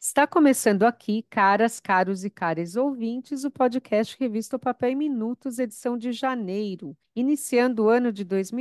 Está começando aqui, caras, caros e caras ouvintes, o podcast Revista o Papel em Minutos, edição de janeiro, iniciando o ano de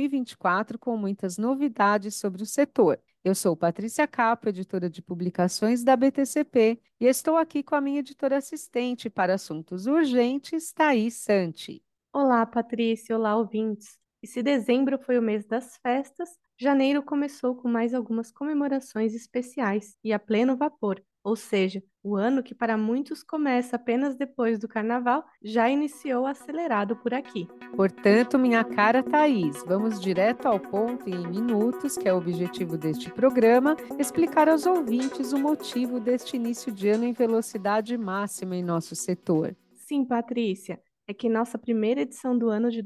2024 com muitas novidades sobre o setor. Eu sou Patrícia Capo, editora de publicações da BTCP, e estou aqui com a minha editora assistente para assuntos urgentes, Thaís Santi. Olá, Patrícia. Olá, ouvintes. E se dezembro foi o mês das festas, janeiro começou com mais algumas comemorações especiais e a pleno vapor, ou seja, o ano que para muitos começa apenas depois do carnaval já iniciou acelerado por aqui. Portanto, minha cara Thaís, vamos direto ao ponto e em minutos, que é o objetivo deste programa, explicar aos ouvintes o motivo deste início de ano em velocidade máxima em nosso setor. Sim, Patrícia, é que nossa primeira edição do ano de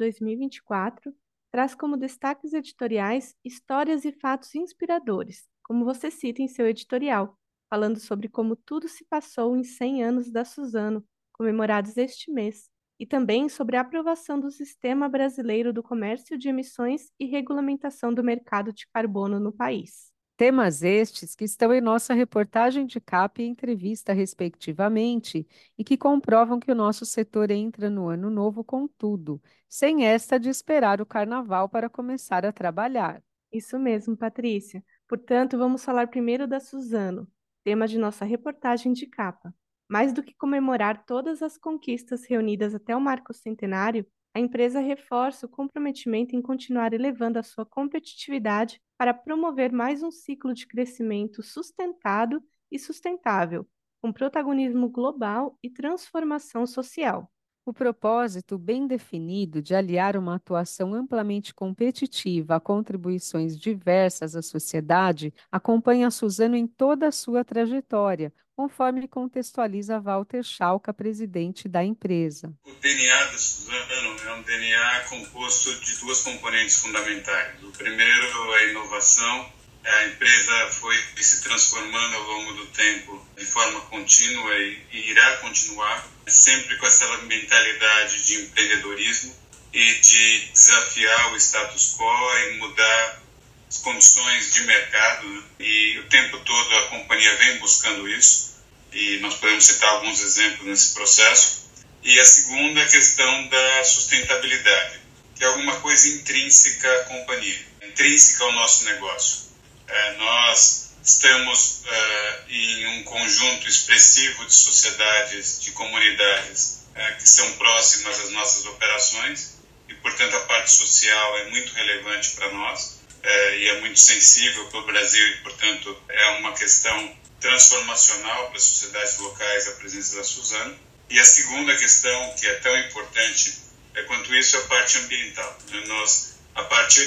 2024 traz como destaques editoriais histórias e fatos inspiradores, como você cita em seu editorial, falando sobre como tudo se passou em 100 anos da Suzano, comemorados este mês, e também sobre a aprovação do Sistema Brasileiro do Comércio de Emissões e regulamentação do mercado de carbono no país. Temas estes que estão em nossa reportagem de capa e entrevista, respectivamente, e que comprovam que o nosso setor entra no ano novo com tudo, sem esta de esperar o carnaval para começar a trabalhar. Isso mesmo, Patrícia. Portanto, vamos falar primeiro da Suzano, tema de nossa reportagem de capa. Mais do que comemorar todas as conquistas reunidas até o marco centenário, a empresa reforça o comprometimento em continuar elevando a sua competitividade para promover mais um ciclo de crescimento sustentado e sustentável, com protagonismo global e transformação social. O propósito bem definido de aliar uma atuação amplamente competitiva a contribuições diversas à sociedade acompanha a Suzano em toda a sua trajetória, conforme contextualiza Walter Schalka, presidente da empresa. O DNA da Suzano é um DNA composto de duas componentes fundamentais. O primeiro é a inovação. A empresa foi se transformando ao longo do tempo de forma contínua e irá continuar, sempre com essa mentalidade de empreendedorismo e de desafiar o status quo e mudar as condições de mercado, né? E o tempo todo a companhia vem buscando isso, e nós podemos citar alguns exemplos nesse processo. E a segunda questão da sustentabilidade, que é alguma coisa intrínseca à companhia, intrínseca ao nosso negócio. Nós estamos em um conjunto expressivo de sociedades, de comunidades que são próximas às nossas operações e, portanto, a parte social é muito relevante para nós e é muito sensível para o Brasil e, portanto, é uma questão transformacional para as sociedades locais a presença da Suzano. E a segunda questão, que é tão importante quanto isso, é a parte ambiental. Nós, a partir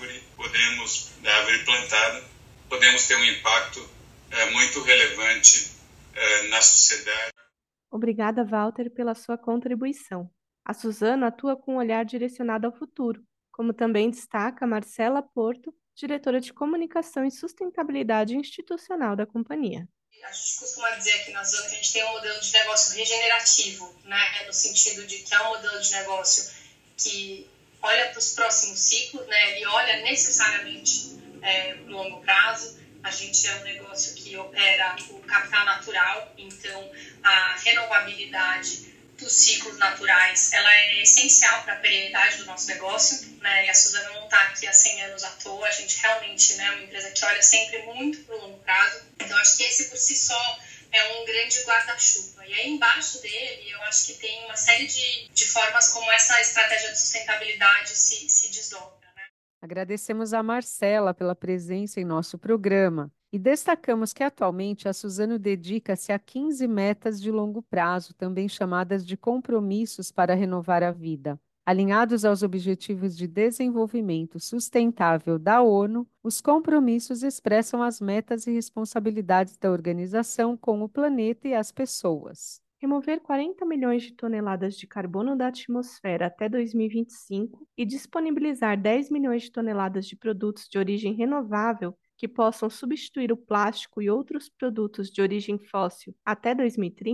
da árvore plantada, podemos ter um impacto muito relevante na sociedade. Obrigada, Walter, pela sua contribuição. A Suzano atua com um olhar direcionado ao futuro, como também destaca Marcela Porto, diretora de Comunicação e Sustentabilidade Institucional da companhia. A gente costuma dizer aqui na Suzano que a gente tem um modelo de negócio regenerativo, né? No sentido de que é um modelo de negócio que olha para os próximos ciclos, né? Ele olha necessariamente no longo prazo. A gente é um negócio que opera o capital natural, então a renovabilidade dos ciclos naturais ela é essencial para a perenidade do nosso negócio, né? E a Suzano não está aqui há 100 anos à toa, a gente realmente, né, é uma empresa que olha sempre muito para o longo prazo. Então acho que esse por si só é um grande guarda-chuva. E aí embaixo dele eu acho que tem uma série de formas como essa estratégia de sustentabilidade se desdobra. Agradecemos a Marcela pela presença em nosso programa e destacamos que atualmente a Suzano dedica-se a 15 metas de longo prazo, também chamadas de compromissos para renovar a vida. Alinhados aos Objetivos de Desenvolvimento Sustentável da ONU, os compromissos expressam as metas e responsabilidades da organização com o planeta e as pessoas. Remover 40 milhões de toneladas de carbono da atmosfera até 2025 e disponibilizar 10 milhões de toneladas de produtos de origem renovável que possam substituir o plástico e outros produtos de origem fóssil até 2030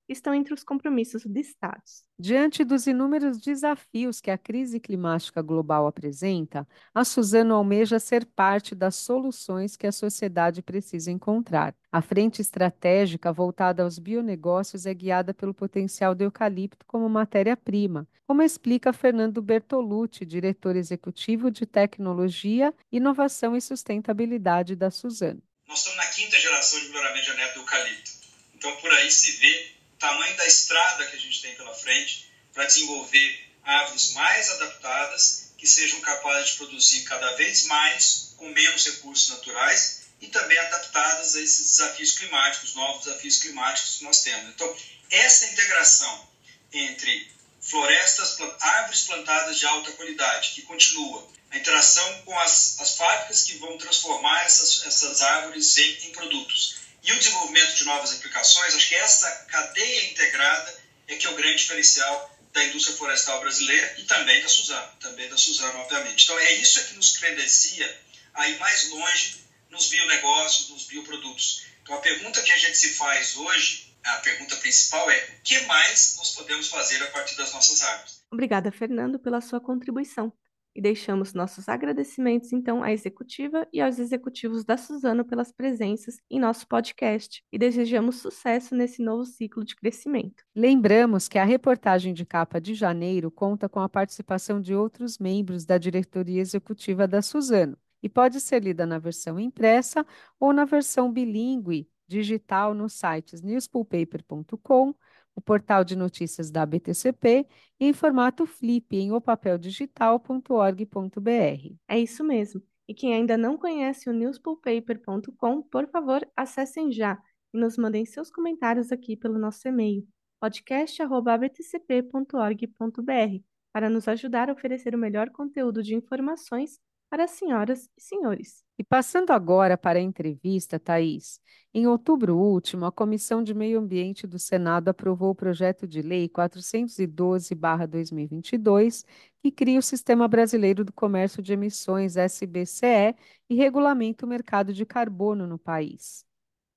estão entre os compromissos listados. Diante dos inúmeros desafios que a crise climática global apresenta, a Suzano almeja ser parte das soluções que a sociedade precisa encontrar. A frente estratégica voltada aos bionegócios é guiada pelo potencial do eucalipto como matéria-prima, como explica Fernando Bertolucci, diretor executivo de Tecnologia, Inovação e Sustentabilidade da Suzano. Nós estamos na quinta geração de melhoramento genético do eucalipto. Então, por aí se vê o tamanho da estrada que a gente tem pela frente para desenvolver árvores mais adaptadas, que sejam capazes de produzir cada vez mais com menos recursos naturais e também adaptadas a esses desafios climáticos, novos desafios climáticos que nós temos. Então, essa integração entre florestas, árvores plantadas de alta qualidade, que continua, a interação com as fábricas que vão transformar essas árvores em produtos, e o desenvolvimento de novas aplicações, acho que essa cadeia integrada é que é o grande diferencial da indústria florestal brasileira e também da Suzano, obviamente. Então é isso que nos credencia a ir mais longe nos bionegócios, nos bioprodutos. Então a pergunta que a gente se faz hoje, a pergunta principal é: o que mais nós podemos fazer a partir das nossas árvores? Obrigada, Fernando, pela sua contribuição. E deixamos nossos agradecimentos, então, à executiva e aos executivos da Suzano pelas presenças em nosso podcast e desejamos sucesso nesse novo ciclo de crescimento. Lembramos que a reportagem de capa de janeiro conta com a participação de outros membros da diretoria executiva da Suzano e pode ser lida na versão impressa ou na versão bilíngue digital nos sites newspulpaper.com, o portal de notícias da BTCP e em formato Flip em opapeldigital.org.br. É isso mesmo. E quem ainda não conhece o newspulpaper.com, por favor, acessem já e nos mandem seus comentários aqui pelo nosso e-mail podcast@btcp.org.br para nos ajudar a oferecer o melhor conteúdo de informações para as senhoras e senhores. E passando agora para a entrevista, Thaís. Em outubro último, a Comissão de Meio Ambiente do Senado aprovou o projeto de lei 412/2022, que cria o Sistema Brasileiro do Comércio de Emissões, SBCE, e regulamenta o mercado de carbono no país.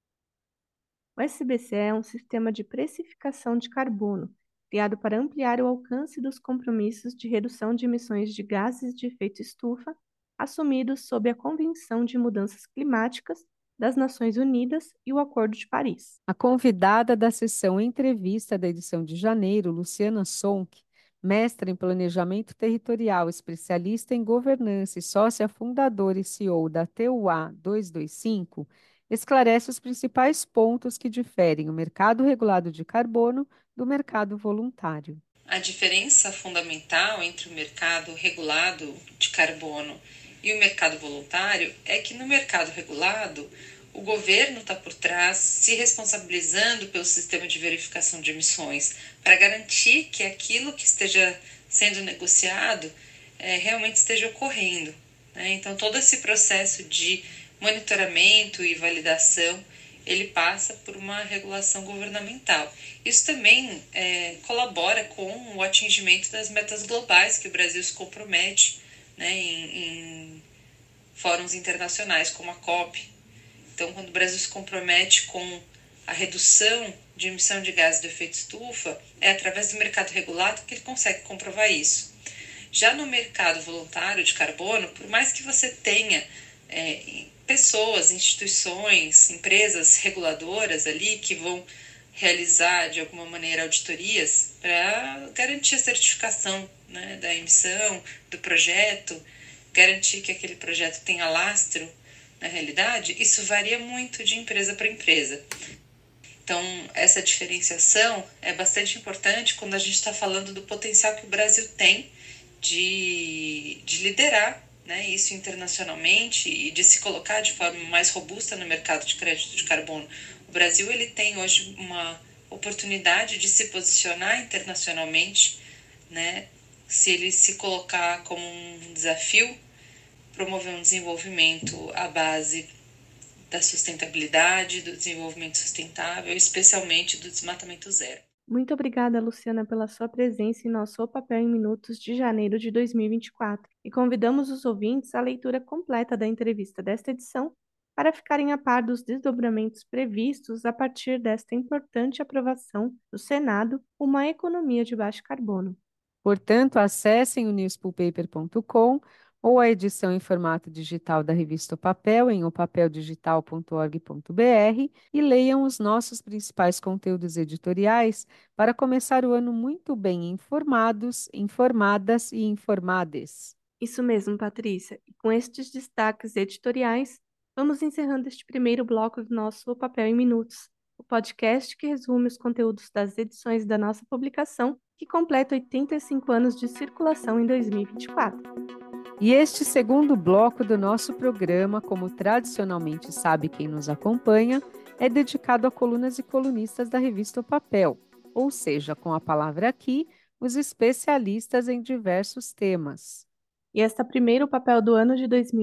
O SBCE é um sistema de precificação de carbono, criado para ampliar o alcance dos compromissos de redução de emissões de gases de efeito estufa assumidos sob a Convenção de Mudanças Climáticas das Nações Unidas e o Acordo de Paris. A convidada da sessão Entrevista da edição de janeiro, Luciana Sonck, mestra em Planejamento Territorial, especialista em governança e sócia fundadora e CEO da TUA 225, esclarece os principais pontos que diferem o mercado regulado de carbono do mercado voluntário. A diferença fundamental entre o mercado regulado de carbono e o mercado voluntário é que no mercado regulado, o governo está por trás se responsabilizando pelo sistema de verificação de emissões para garantir que aquilo que esteja sendo negociado realmente esteja ocorrendo, né? Então, todo esse processo de monitoramento e validação, ele passa por uma regulação governamental. Isso também colabora com o atingimento das metas globais que o Brasil se compromete, né, em fóruns internacionais como a COP. Então, quando o Brasil se compromete com a redução de emissão de gases do efeito estufa, é através do mercado regulado que ele consegue comprovar isso. Já no mercado voluntário de carbono, por mais que você tenha pessoas, instituições, empresas reguladoras ali que vão realizar de alguma maneira auditorias para garantir a certificação, né, da emissão, do projeto, garantir que aquele projeto tenha lastro na realidade, isso varia muito de empresa para empresa. Então, essa diferenciação é bastante importante quando a gente está falando do potencial que o Brasil tem de liderar, né, isso internacionalmente e de se colocar de forma mais robusta no mercado de crédito de carbono. O Brasil ele tem hoje uma oportunidade de se posicionar internacionalmente, né, se ele se colocar como um desafio, promover um desenvolvimento à base da sustentabilidade, do desenvolvimento sustentável, especialmente do desmatamento zero. Muito obrigada, Luciana, pela sua presença em nosso O Papel em Minutos de janeiro de 2024 e convidamos os ouvintes à leitura completa da entrevista desta edição para ficarem a par dos desdobramentos previstos a partir desta importante aprovação do Senado, uma economia de baixo carbono. Portanto, acessem o newspulpaper.com ou a edição em formato digital da revista O Papel em opapeldigital.org.br e leiam os nossos principais conteúdos editoriais para começar o ano muito bem informados, informadas e informades. Isso mesmo, Patrícia. E com estes destaques editoriais, vamos encerrando este primeiro bloco do nosso O Papel em Minutos, o podcast que resume os conteúdos das edições da nossa publicação, que completa 85 anos de circulação em 2024. E este segundo bloco do nosso programa, como tradicionalmente sabe quem nos acompanha, é dedicado a colunas e colunistas da revista O Papel, ou seja, com a palavra aqui, os especialistas em diversos temas. E esta primeira O Papel do ano de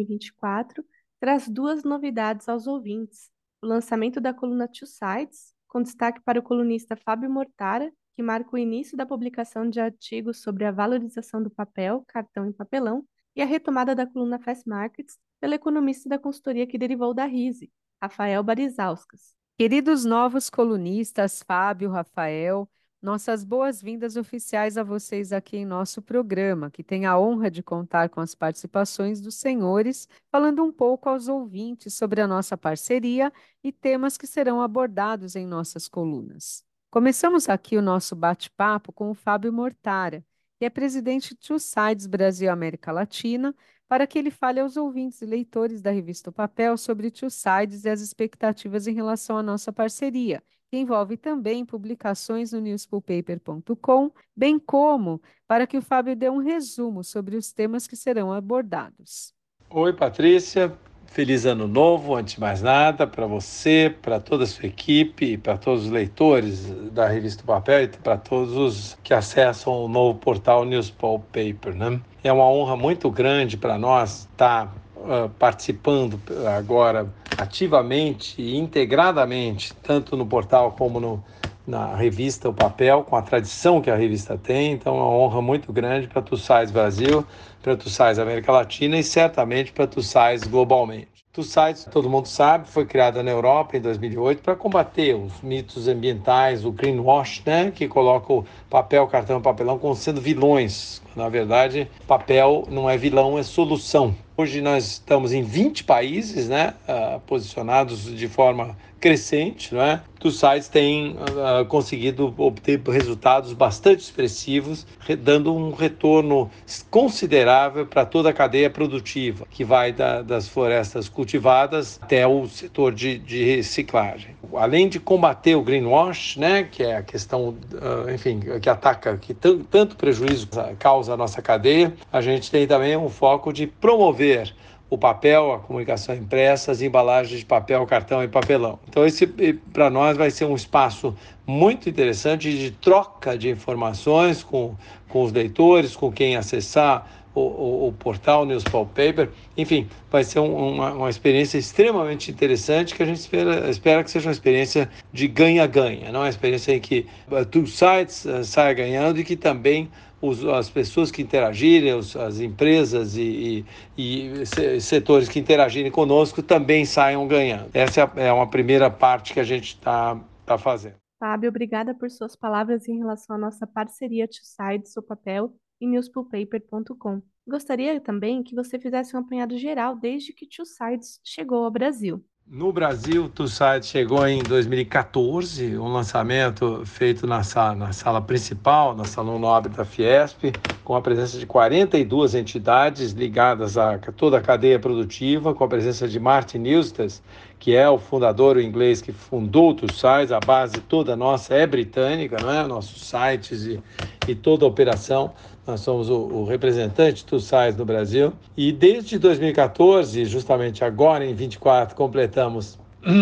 2024 traz duas novidades aos ouvintes. O lançamento da coluna Two Sides, com destaque para o colunista Fábio Mortara, que marca o início da publicação de artigos sobre a valorização do papel, cartão e papelão, e a retomada da coluna Fast Markets pelo economista da consultoria que derivou da RISE, Rafael Barizauskas. Queridos novos colunistas, Fábio, Rafael, nossas boas-vindas oficiais a vocês aqui em nosso programa, que tem a honra de contar com as participações dos senhores, falando um pouco aos ouvintes sobre a nossa parceria e temas que serão abordados em nossas colunas. Começamos aqui o nosso bate-papo com o Fábio Mortara, que é presidente Two Sides Brasil América Latina, para que ele fale aos ouvintes e leitores da revista O Papel sobre Two Sides e as expectativas em relação à nossa parceria, que envolve também publicações no newspulpaper.com, bem como para que o Fábio dê um resumo sobre os temas que serão abordados. Oi, Patrícia. Feliz ano novo, antes de mais nada, para você, para toda a sua equipe, para todos os leitores da revista O Papel e para todos os que acessam o novo portal Newspulpaper, né? É uma honra muito grande para nós estar participando agora ativamente e integradamente, tanto no portal como na revista O Papel, com a tradição que a revista tem. Então é uma honra muito grande para Two Sides Brasil, para Two Sides América Latina e certamente para Two Sides globalmente. Two Sides, todo mundo sabe, foi criada na Europa em 2008 para combater os mitos ambientais, o greenwash, né, que coloca o papel, cartão e papelão como sendo vilões. Na verdade, papel não é vilão, é solução. Hoje nós estamos em 20 países, né, posicionados de forma crescente, não é? Two Sides tem conseguido obter resultados bastante expressivos, dando um retorno considerável para toda a cadeia produtiva, que vai das florestas cultivadas até o setor de reciclagem. Além de combater o greenwash, né, que é a questão, enfim, que ataca, que tanto prejuízo causa a nossa cadeia, a gente tem também um foco de promover o papel, a comunicação impressa, as embalagens de papel, cartão e papelão. Então esse, para nós, vai ser um espaço muito interessante de troca de informações com os leitores, com quem acessar o portal Newspulpaper. Enfim, vai ser uma experiência extremamente interessante que a gente espera que seja uma experiência de ganha-ganha, não é uma experiência em que Two Sides saia ganhando e que também as pessoas que interagirem, as empresas e setores que interagirem conosco também saiam ganhando. Essa é uma primeira parte que a gente está fazendo. Fábio, obrigada por suas palavras em relação à nossa parceria Two Sides, O Papel e newspulpaper.com. Gostaria também que você fizesse um apanhado geral desde que Two Sides chegou ao Brasil. No Brasil, Two Sides chegou em 2014, um lançamento feito na sala principal, na Salão Nobre da Fiesp, com a presença de 42 entidades ligadas a toda a cadeia produtiva, com a presença de Martin Eustace, que é o fundador, o inglês que fundou o Two Sides. A base toda nossa é britânica, não é? Nossos sites e toda a operação. Nós somos o representante Two Sides no Brasil. E desde 2014, justamente agora em 24, completamos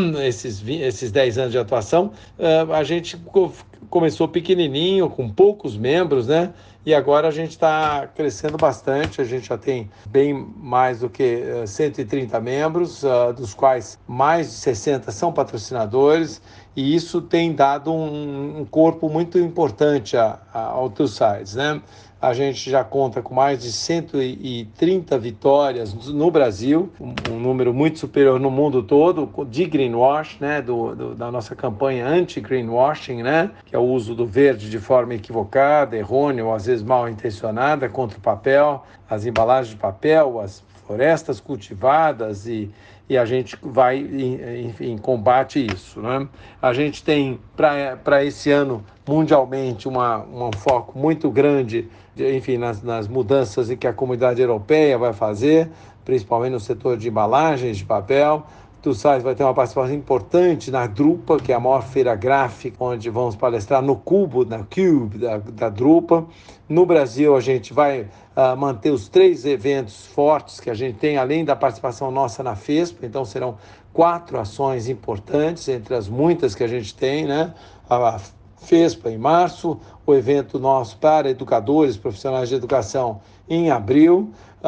esses 10 anos de atuação. A gente começou pequenininho, com poucos membros, né? E agora a gente está crescendo bastante. A gente já tem bem mais do que 130 membros, dos quais mais de 60 são patrocinadores, e isso tem dado um corpo muito importante ao Two Sides, né? a gente já conta com mais de 130 vitórias no Brasil, um número muito superior no mundo todo, de greenwash, né, da nossa campanha anti-greenwashing, né, que é o uso do verde de forma equivocada, errônea ou às vezes mal intencionada contra o papel, as embalagens de papel, as florestas cultivadas e a gente vai, enfim, combate isso, né? A gente tem para esse ano mundialmente um foco muito grande, enfim, nas mudanças que a comunidade europeia vai fazer, principalmente no setor de embalagens de papel. Tussides vai ter uma participação importante na Drupa, que é a maior feira gráfica, onde vamos palestrar no Cubo, na Cube da Drupa. No Brasil, a gente vai manter os 3 eventos fortes que a gente tem, além da participação nossa na FESPA. Então, serão 4 ações importantes, entre as muitas que a gente tem, né? A FESPA em março, o evento nosso para educadores, profissionais de educação em abril,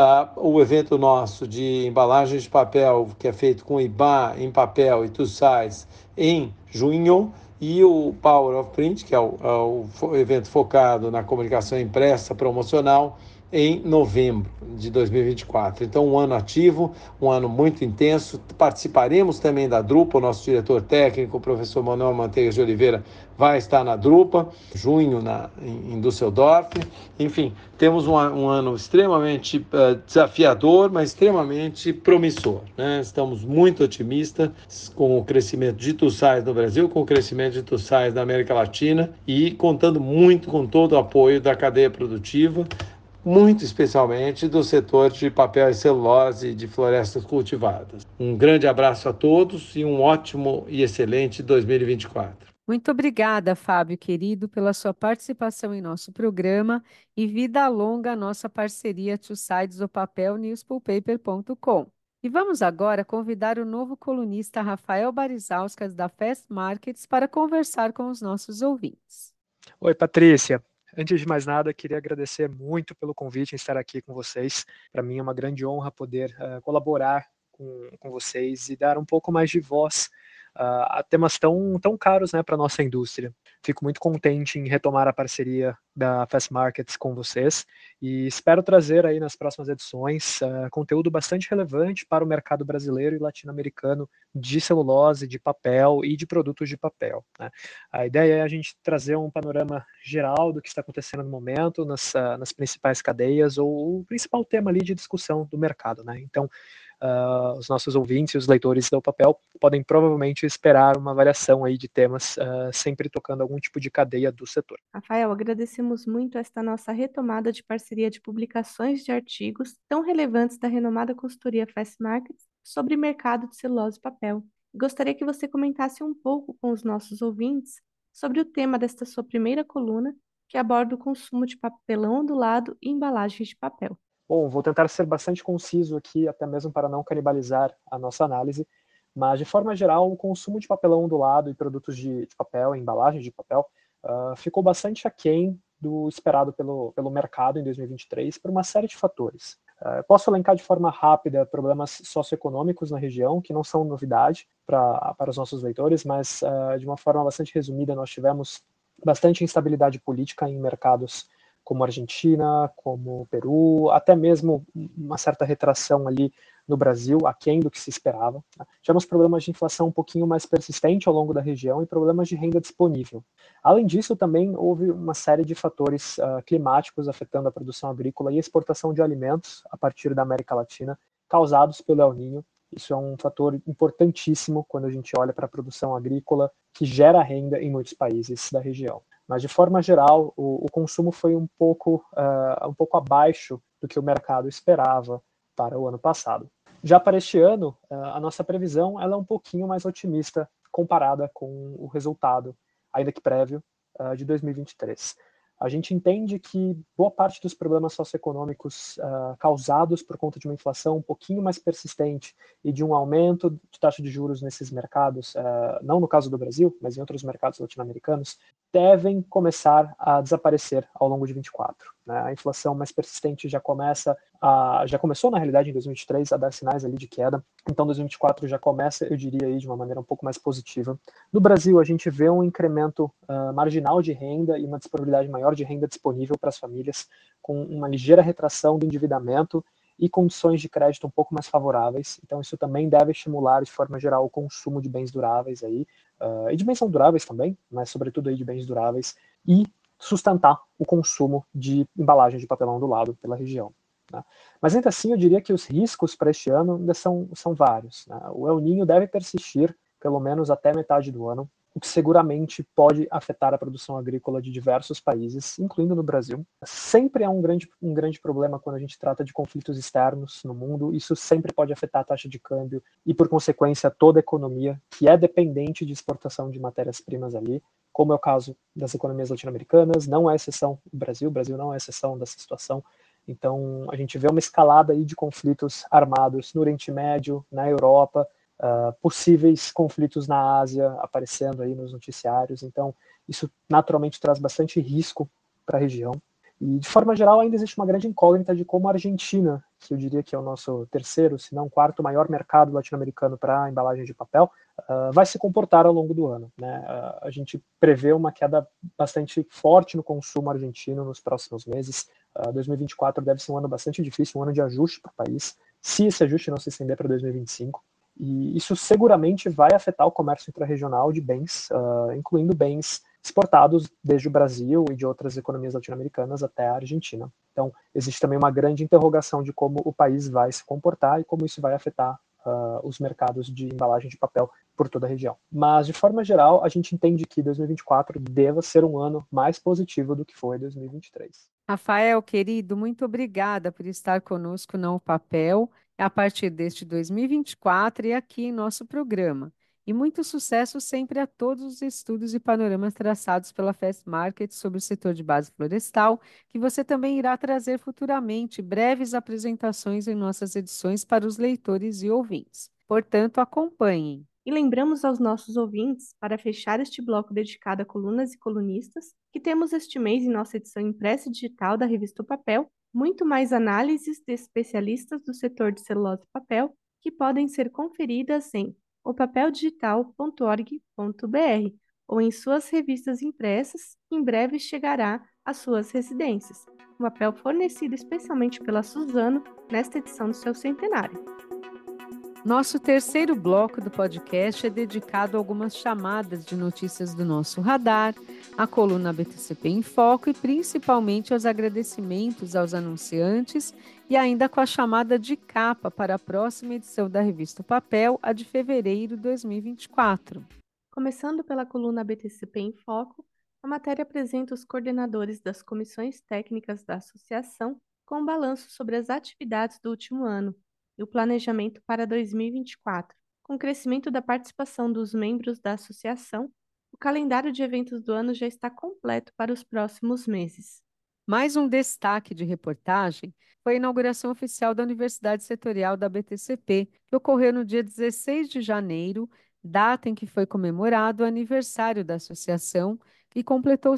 o evento nosso de embalagens de papel, que é feito com IBA em papel e Tussides em junho, e o Power of Print, que é o evento focado na comunicação impressa promocional, em novembro de 2024. Então, um ano ativo, um ano muito intenso. Participaremos também da Drupa, o nosso diretor técnico, o professor Manuel Manteiga de Oliveira, vai estar na Drupa, junho em Düsseldorf. Enfim, temos um ano extremamente desafiador, mas extremamente promissor, né? Estamos muito otimistas com o crescimento de Tussides no Brasil, com o crescimento de Tussides na América Latina e contando muito com todo o apoio da cadeia produtiva, muito especialmente do setor de papel e celulose de florestas cultivadas. Um grande abraço a todos e um ótimo e excelente 2024. Muito obrigada, Fábio, querido, pela sua participação em nosso programa e vida longa à nossa parceria Tussides o Papel newspulpaper.com. E vamos agora convidar o novo colunista Rafael Barizauskas da Fast Markets para conversar com os nossos ouvintes. Oi, Patrícia. Antes de mais nada, queria agradecer muito pelo convite em estar aqui com vocês. Para mim é uma grande honra poder colaborar com vocês e dar um pouco mais de voz a temas tão caros, né, para a nossa indústria. Fico muito contente em retomar a parceria da Fast Markets com vocês e espero trazer aí nas próximas edições conteúdo bastante relevante para o mercado brasileiro e latino-americano de celulose, de papel e de produtos de papel, né? A ideia é a gente trazer um panorama geral do que está acontecendo no momento, nas principais cadeias ou o principal tema ali de discussão do mercado, né? Então, os nossos ouvintes e os leitores do papel podem provavelmente esperar uma variação aí de temas, sempre tocando algum tipo de cadeia do setor. Rafael, agradecemos muito esta nossa retomada de parceria de publicações de artigos tão relevantes da renomada consultoria Fast Markets sobre mercado de celulose e papel. Gostaria que você comentasse um pouco com os nossos ouvintes sobre o tema desta sua primeira coluna, que aborda o consumo de papelão ondulado e embalagens de papel. Bom, vou tentar ser bastante conciso aqui, até mesmo para não canibalizar a nossa análise, mas de forma geral, o consumo de papelão ondulado e produtos de papel, embalagens de papel, ficou bastante aquém do esperado pelo mercado em 2023 por uma série de fatores. Posso elencar de forma rápida problemas socioeconômicos na região, que não são novidade para os nossos leitores, mas de uma forma bastante resumida, nós tivemos bastante instabilidade política em mercados como Argentina, como Peru, até mesmo uma certa retração ali no Brasil, aquém do que se esperava. Tivemos problemas de inflação um pouquinho mais persistente ao longo da região e problemas de renda disponível. Além disso, também houve uma série de fatores climáticos afetando a produção agrícola e a exportação de alimentos a partir da América Latina, causados pelo El Niño. Isso é um fator importantíssimo quando a gente olha para a produção agrícola, que gera renda em muitos países da região. Mas, de forma geral, o consumo foi um pouco abaixo do que o mercado esperava para o ano passado. Já para este ano, a nossa previsão ela é um pouquinho mais otimista comparada com o resultado, ainda que prévio, de 2023. A gente entende que boa parte dos problemas socioeconômicos causados por conta de uma inflação um pouquinho mais persistente e de um aumento de taxa de juros nesses mercados, não no caso do Brasil, mas em outros mercados latino-americanos, devem começar a desaparecer ao longo de 2024. né? A inflação mais persistente já começou na realidade em 2023 a dar sinais ali de queda. Então 2024 já começa, eu diria aí de uma maneira um pouco mais positiva. No Brasil a gente vê um incremento marginal de renda e uma disponibilidade maior de renda disponível para as famílias, com uma ligeira retração do endividamento e condições de crédito um pouco mais favoráveis. Então isso também deve estimular de forma geral o consumo de bens duráveis aí, e de bens não duráveis também, mas sobretudo aí de bens duráveis, e sustentar o consumo de embalagem de papelão do lado pela região, né? Mas ainda assim eu diria que os riscos para este ano ainda são vários, né? O El Niño deve persistir pelo menos até metade do ano, o que seguramente pode afetar a produção agrícola de diversos países, incluindo no Brasil. Sempre é um grande problema quando a gente trata de conflitos externos no mundo. Isso sempre pode afetar a taxa de câmbio e, por consequência, toda a economia, que é dependente de exportação de matérias-primas ali, como é o caso das economias latino-americanas. Não é exceção o Brasil não é exceção dessa situação. Então, a gente vê uma escalada aí de conflitos armados no Oriente Médio, na Europa, possíveis conflitos na Ásia aparecendo aí nos noticiários. Então, isso naturalmente traz bastante risco para a região. E, de forma geral, ainda existe uma grande incógnita de como a Argentina, que eu diria que é o nosso terceiro, se não quarto maior mercado latino-americano para embalagem de papel, vai se comportar ao longo do ano, né? A gente prevê uma queda bastante forte no consumo argentino nos próximos meses. 2024 deve ser um ano bastante difícil, um ano de ajuste para o país, se esse ajuste não se estender para 2025. E isso seguramente vai afetar o comércio intrarregional de bens, incluindo bens exportados desde o Brasil e de outras economias latino-americanas até a Argentina. Então, existe também uma grande interrogação de como o país vai se comportar e como isso vai afetar os mercados de embalagem de papel por toda a região. Mas, de forma geral, a gente entende que 2024 deva ser um ano mais positivo do que foi 2023. Rafael, querido, muito obrigada por estar conosco no Papel a partir deste 2024 e aqui em nosso programa. E muito sucesso sempre a todos os estudos e panoramas traçados pela Fast Market sobre o setor de base florestal, que você também irá trazer futuramente breves apresentações em nossas edições para os leitores e ouvintes. Portanto, acompanhem. E lembramos aos nossos ouvintes, para fechar este bloco dedicado a colunas e colunistas, que temos este mês em nossa edição impressa e digital da revista O Papel, muito mais análises de especialistas do setor de celulose e papel, que podem ser conferidas em opapeldigital.org.br ou em suas revistas impressas, que em breve chegará às suas residências. Um papel fornecido especialmente pela Suzano nesta edição do seu centenário. Nosso terceiro bloco do podcast é dedicado a algumas chamadas de notícias do nosso radar, a coluna BTCP em Foco e principalmente aos agradecimentos aos anunciantes e ainda com a chamada de capa para a próxima edição da revista Papel, a de fevereiro de 2024. Começando pela coluna BTCP em Foco, a matéria apresenta os coordenadores das comissões técnicas da associação com um balanço sobre as atividades do último ano e o planejamento para 2024. Com o crescimento da participação dos membros da associação, o calendário de eventos do ano já está completo para os próximos meses. Mais um destaque de reportagem foi a inauguração oficial da Universidade Setorial da BTCP, que ocorreu no dia 16 de janeiro, data em que foi comemorado o aniversário da associação, que completou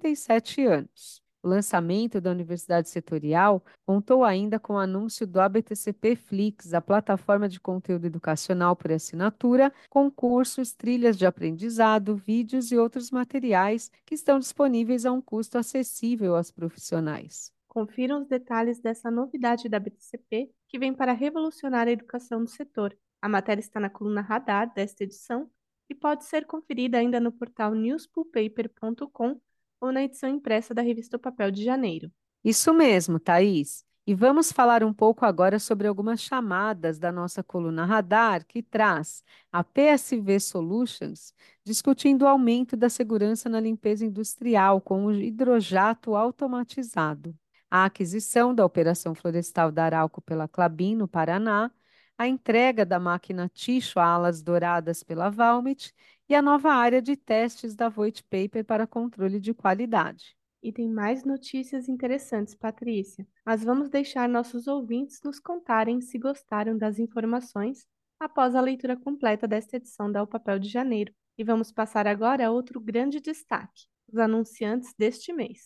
57 anos. O lançamento da Universidade Setorial contou ainda com o anúncio do ABTCP Flix, a plataforma de conteúdo educacional por assinatura, com cursos, trilhas de aprendizado, vídeos e outros materiais que estão disponíveis a um custo acessível aos profissionais. Confiram os detalhes dessa novidade da BTCP, que vem para revolucionar a educação do setor. A matéria está na coluna Radar desta edição e pode ser conferida ainda no portal newspulpaper.com ou na edição impressa da revista O Papel de janeiro. Isso mesmo, Thaís. E vamos falar um pouco agora sobre algumas chamadas da nossa coluna Radar, que traz a PSV Solutions, discutindo o aumento da segurança na limpeza industrial com o hidrojato automatizado, a aquisição da operação florestal da Arauco pela Klabin, no Paraná, a entrega da máquina Ticho a alas douradas pela Valmet e a nova área de testes da Voit Paper para controle de qualidade. E tem mais notícias interessantes, Patrícia, mas vamos deixar nossos ouvintes nos contarem se gostaram das informações após a leitura completa desta edição da O Papel de Janeiro. E vamos passar agora a outro grande destaque, os anunciantes deste mês.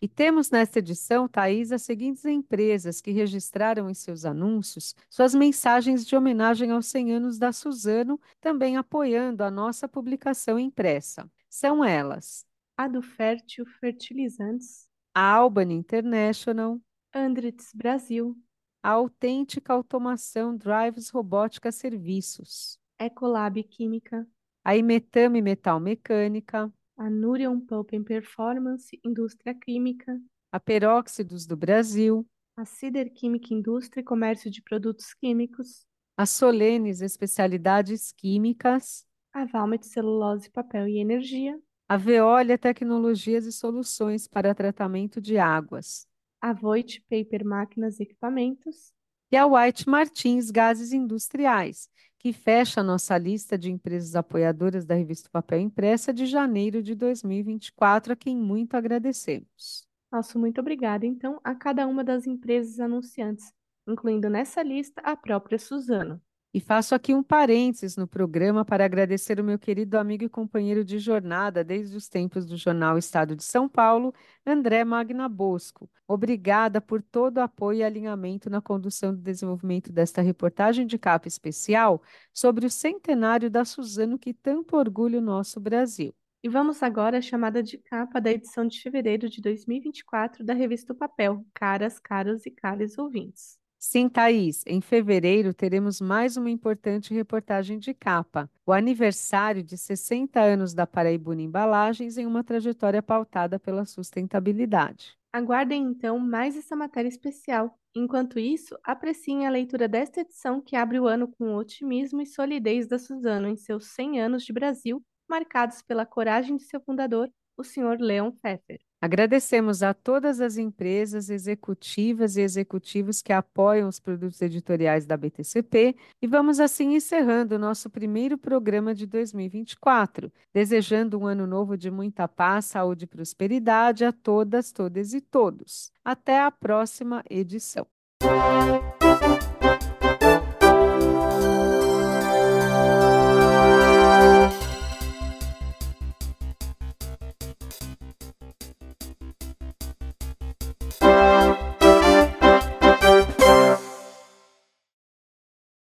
E temos nesta edição, Thaís, as seguintes empresas que registraram em seus anúncios suas mensagens de homenagem aos 100 anos da Suzano, também apoiando a nossa publicação impressa. São elas: Adufértil Fertilizantes, a Albany International, Andritz Brasil, a Autêntica Automação Drives Robótica Serviços, Ecolab Química, a Imetame Metal Mecânica, a Nurion Pulp and Performance Indústria Química, a Peróxidos do Brasil, a Cider Química Indústria e Comércio de Produtos Químicos, a Solenes Especialidades Químicas, a Valmet Celulose, Papel e Energia, a Veolia Tecnologias e Soluções para Tratamento de Águas, a Voit Paper Máquinas e Equipamentos, e a White Martins Gases Industriais, que fecha a nossa lista de empresas apoiadoras da Revista Papel Impressa de janeiro de 2024, a quem muito agradecemos. Nosso muito obrigada, então, a cada uma das empresas anunciantes, incluindo nessa lista a própria Suzano. E faço aqui um parênteses no programa para agradecer o meu querido amigo e companheiro de jornada desde os tempos do jornal Estado de São Paulo, André Magna Bosco. Obrigada por todo o apoio e alinhamento na condução do desenvolvimento desta reportagem de capa especial sobre o centenário da Suzano que tanto orgulha o nosso Brasil. E vamos agora à chamada de capa da edição de fevereiro de 2024 da Revista O Papel, caras, caros e caros ouvintes. Sim, Thaís, em fevereiro teremos mais uma importante reportagem de capa, o aniversário de 60 anos da Paraibuna Embalagens em uma trajetória pautada pela sustentabilidade. Aguardem então mais essa matéria especial. Enquanto isso, apreciem a leitura desta edição que abre o ano com o otimismo e solidez da Suzano em seus 100 anos de Brasil, marcados pela coragem de seu fundador, o Sr. Leon Pfeffer. Agradecemos a todas as empresas executivas e executivos que apoiam os produtos editoriais da BTCP e vamos assim encerrando o nosso primeiro programa de 2024, desejando um ano novo de muita paz, saúde e prosperidade a todas, todas e todos. Até a próxima edição.